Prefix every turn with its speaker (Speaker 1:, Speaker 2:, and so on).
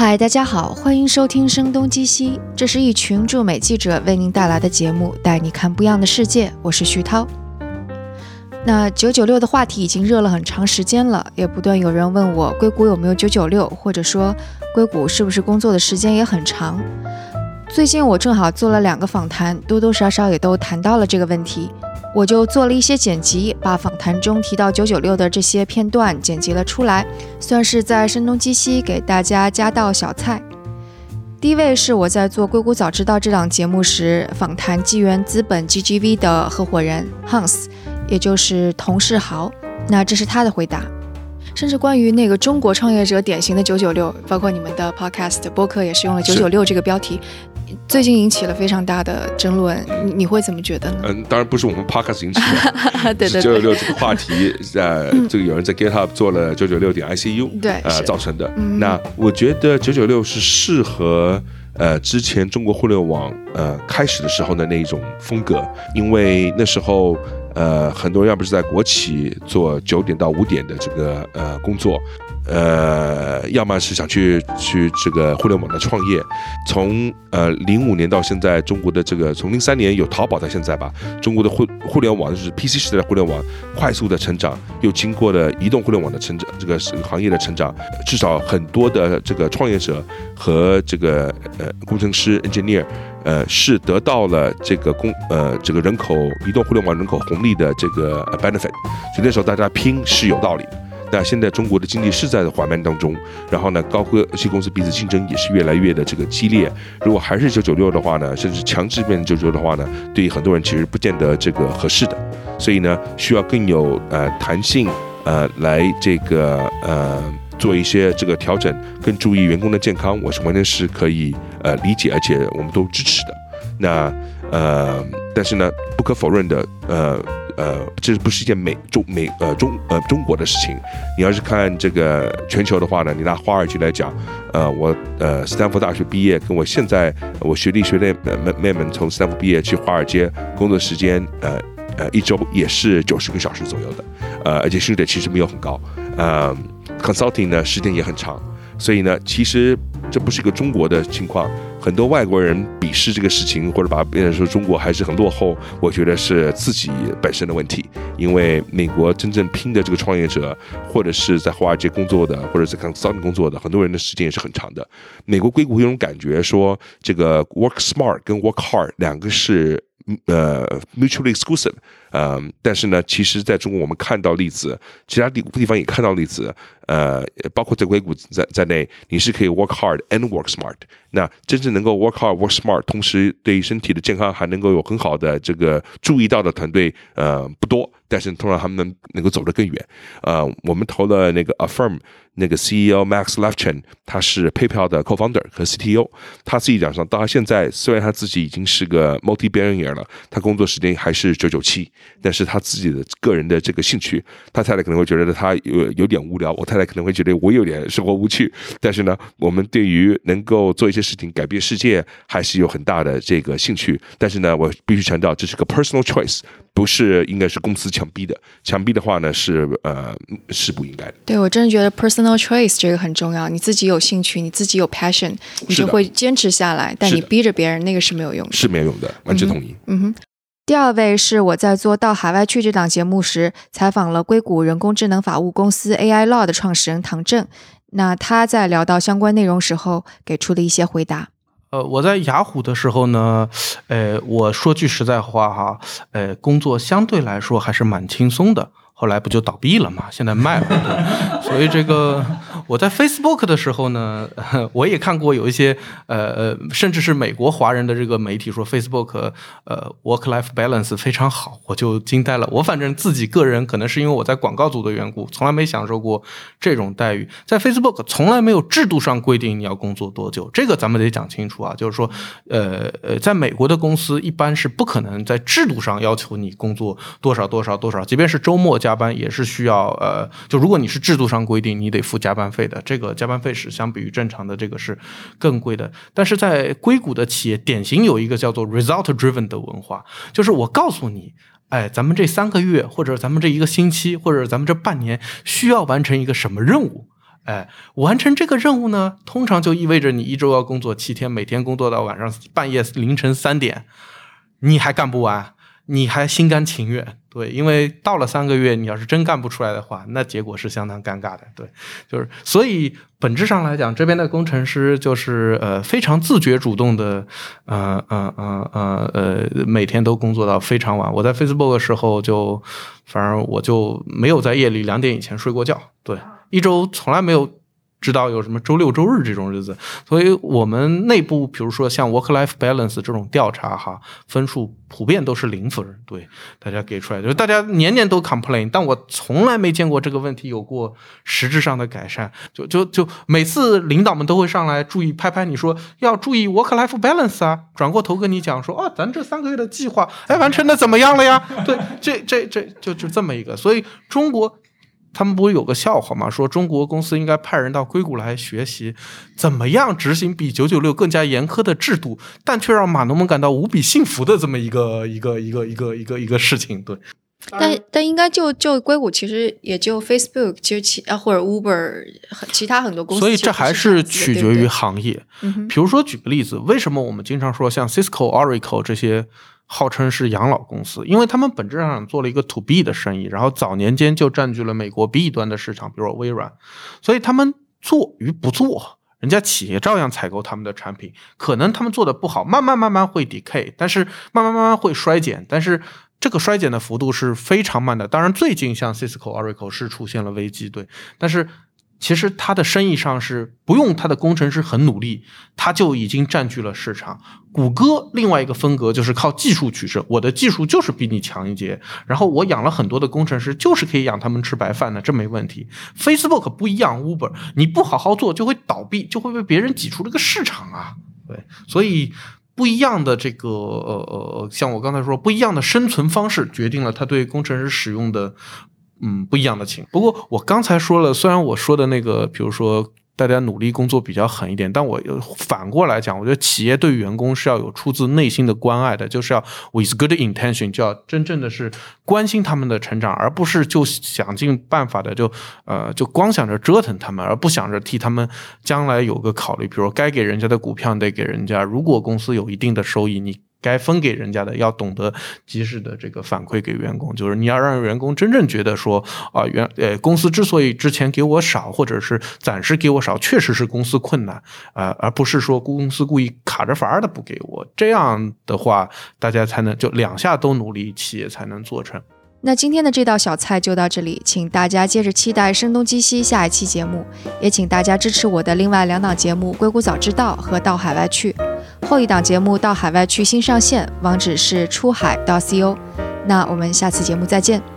Speaker 1: 嗨，大家好，欢迎收听声东击西，这是一群驻美记者为您带来的节目，带你看不一样的世界。我是徐涛。那996的话题已经热了很长时间了，也不断有人问我硅谷有没有996，或者说硅谷是不是工作的时间也很长。最近我正好做了2个访谈，多多少少也都谈到了这个问题，我就做了一些剪辑，把访谈中提到996的这些片段剪辑了出来，算是在声东击西给大家加道小菜。第一位是我在做硅谷早知道这档节目时访谈纪元资本 GGV 的合伙人 Hans， 也就是童世豪，那这是他的回答。甚至关于那个中国创业者典型的996，包括你们的 podcast 播客也是用了996这个标题，最近引起了非常大的争论，你会怎么觉得呢？
Speaker 2: 当然不是我们 podcast 引起的，
Speaker 1: 对对对，
Speaker 2: 是996这个话题，这个有人在 GitHub 做了996.ICU，
Speaker 1: 对，
Speaker 2: 造成的。那我觉得996是适合之前中国互联网开始的时候的那一种风格，因为那时候很多人要不是在国企做9点到5点的这个工作，要么是想去这个互联网的创业。从05年到现在，中国的这个从03年有淘宝到现在吧，中国的互联网就是 PC 时代的互联网快速的成长，又经过了移动互联网的成长，这个行业的成长，至少很多的这个创业者和这个工程师 engineer。是得到了这个人口移动互联网人口红利的这个 benefit， 所以那时候大家拼是有道理的。那现在中国的经济是在缓慢当中，然后呢，高科技公司彼此竞争也是越来越的这个激烈。如果还是996的话呢，甚至强制变成996的话呢，对于很多人其实不见得这个合适的。所以呢，需要更有弹性来这个做一些这个调整，更注意员工的健康，我是完全是可以理解，而且我们都支持的。那但是呢，不可否认的，这不是一件中国的事情。你要是看这个全球的话呢，你拿华尔街来讲，我斯坦福大学毕业，跟我现在我学弟妹们从斯坦福毕业去华尔街工作时间，一周也是90个小时左右的，而且薪水其实没有很高。consulting 呢时间也很长，所以呢，其实这不是一个中国的情况。很多外国人鄙视这个事情，或者把别人说中国还是很落后，我觉得是自己本身的问题。因为美国真正拼的这个创业者，或者是在华尔街工作的，或者在 consulting 工作的，很多人的时间也是很长的。美国硅谷有种感觉说，这个 work smart 跟 work hard 两个是mutually exclusive， 但是呢，其实在中国我们看到例子，其他地方也看到例子，包括在硅谷在内，你是可以 work hard and work smart。那真正能够 work hard work smart， 同时对身体的健康还能够有很好的这个注意到的团队，不多。但是通常他们能够走得更远。我们投了那个 Affirm 那个 CEO Max Levchin， 他是 PayPal 的 co-founder 和 CTO。他自己讲上，到他现在虽然他自己已经是个 multi-billionaire 了，他工作时间还是997，但是他自己的个人的这个兴趣，他太太可能会觉得他有点无聊，我太太可能会觉得我有点生活无趣。但是呢，我们对于能够做一些事情改变世界，还是有很大的这个兴趣。但是呢，我必须强调，这是个 personal choice， 不是应该是公司强逼的。强逼的话呢，是不应该的。
Speaker 1: 对，我真的觉得 personal choice 这个很重要。你自己有兴趣，你自己有 passion， 你就会坚持下来。但你逼着别人，那个是没有用的。
Speaker 2: 是没有用的，完全同意。
Speaker 1: 第二位是我在做到海外去这档节目时采访了硅谷人工智能法务公司 AI Law 的创始人唐正。那他在聊到相关内容时候给出了一些回答。
Speaker 3: 我在雅虎的时候呢，我说句实在话哈，工作相对来说还是蛮轻松的。后来不就倒闭了嘛，现在卖了，对。所以这个我在 Facebook 的时候呢，我也看过有一些甚至是美国华人的这个媒体说 Facebook work-life balance 非常好，我就惊呆了。我反正自己个人可能是因为我在广告组的缘故，从来没享受过这种待遇。在 Facebook 从来没有制度上规定你要工作多久，这个咱们得讲清楚啊。就是说在美国的公司一般是不可能在制度上要求你工作多少，即便是周末加班也是需要就如果你是制度上规定你得付加班费的，这个加班费是相比于正常的这个是更贵的。但是在硅谷的企业典型有一个叫做 result driven 的文化，就是我告诉你咱们这3个月或者咱们这1个星期或者咱们这半年需要完成一个什么任务， 完成这个任务呢，通常就意味着你一周要工作7天，每天工作到晚上半夜凌晨3点，你还干不完，你还心甘情愿。对，因为到了3个月，你要是真干不出来的话，那结果是相当尴尬的。对，就是所以本质上来讲，这边的工程师就是非常自觉主动的，每天都工作到非常晚。我在 Facebook 的时候反正我就没有在夜里2点以前睡过觉。对，一周从来没有知道有什么周六周日这种日子，所以我们内部比如说像 work-life balance 这种调查哈，分数普遍都是0分。对，大家给出来，就是大家年年都 complain， 但我从来没见过这个问题有过实质上的改善。就每次领导们都会上来注意拍拍你说要注意 work-life balance 啊，转过头跟你讲说咱这3个月的计划完成的怎么样了呀？对，这就这么一个，所以中国。他们不是有个笑话吗？说中国公司应该派人到硅谷来学习怎么样执行比996更加严苛的制度，但却让码农们感到无比幸福的这么一个事情。对，
Speaker 1: 但应该就硅谷其实也就 Facebook 其实或者 Uber 其他很多公司，
Speaker 3: 所以这还是取决于行业。比如说举个例子，为什么我们经常说像 Cisco、Oracle 这些号称是养老公司，因为他们本质上做了一个 to B 的生意，然后早年间就占据了美国 B 端的市场，比如说微软，所以他们做与不做，人家企业照样采购他们的产品，可能他们做的不好，慢慢会 decay， 但是慢慢会衰减，但是这个衰减的幅度是非常慢的。当然最近像 Cisco、Oracle 是出现了危机，对，但是其实他的生意上是不用他的工程师很努力，他就已经占据了市场。谷歌另外一个风格就是靠技术取胜，我的技术就是比你强一截，然后我养了很多的工程师，就是可以养他们吃白饭的，这没问题。Facebook 不一样 ，Uber 你不好好做就会倒闭，就会被别人挤出这个市场啊。对，所以不一样的这个像我刚才说，不一样的生存方式决定了他对工程师使用的不一样的情。不过我刚才说了，虽然我说的那个比如说大家努力工作比较狠一点，但我反过来讲，我觉得企业对员工是要有出自内心的关爱的，就是要 with good intention， 就要真正的是关心他们的成长，而不是就想尽办法的就光想着折腾他们，而不想着替他们将来有个考虑。比如该给人家的股票你得给人家，如果公司有一定的收益，你该分给人家的要懂得及时的这个反馈给员工，就是你要让员工真正觉得说公司之所以之前给我少，或者是暂时给我少，确实是公司困难而不是说公司故意卡着法儿的不给我。这样的话大家才能就两下都努力，企业才能做成。
Speaker 1: 那今天的这道小菜就到这里，请大家接着期待声东击西下一期节目，也请大家支持我的另外2档节目《硅谷早知道》和《到海外去》。后一档节目《到海外去》新上线，网址是出海.co。那我们下次节目再见。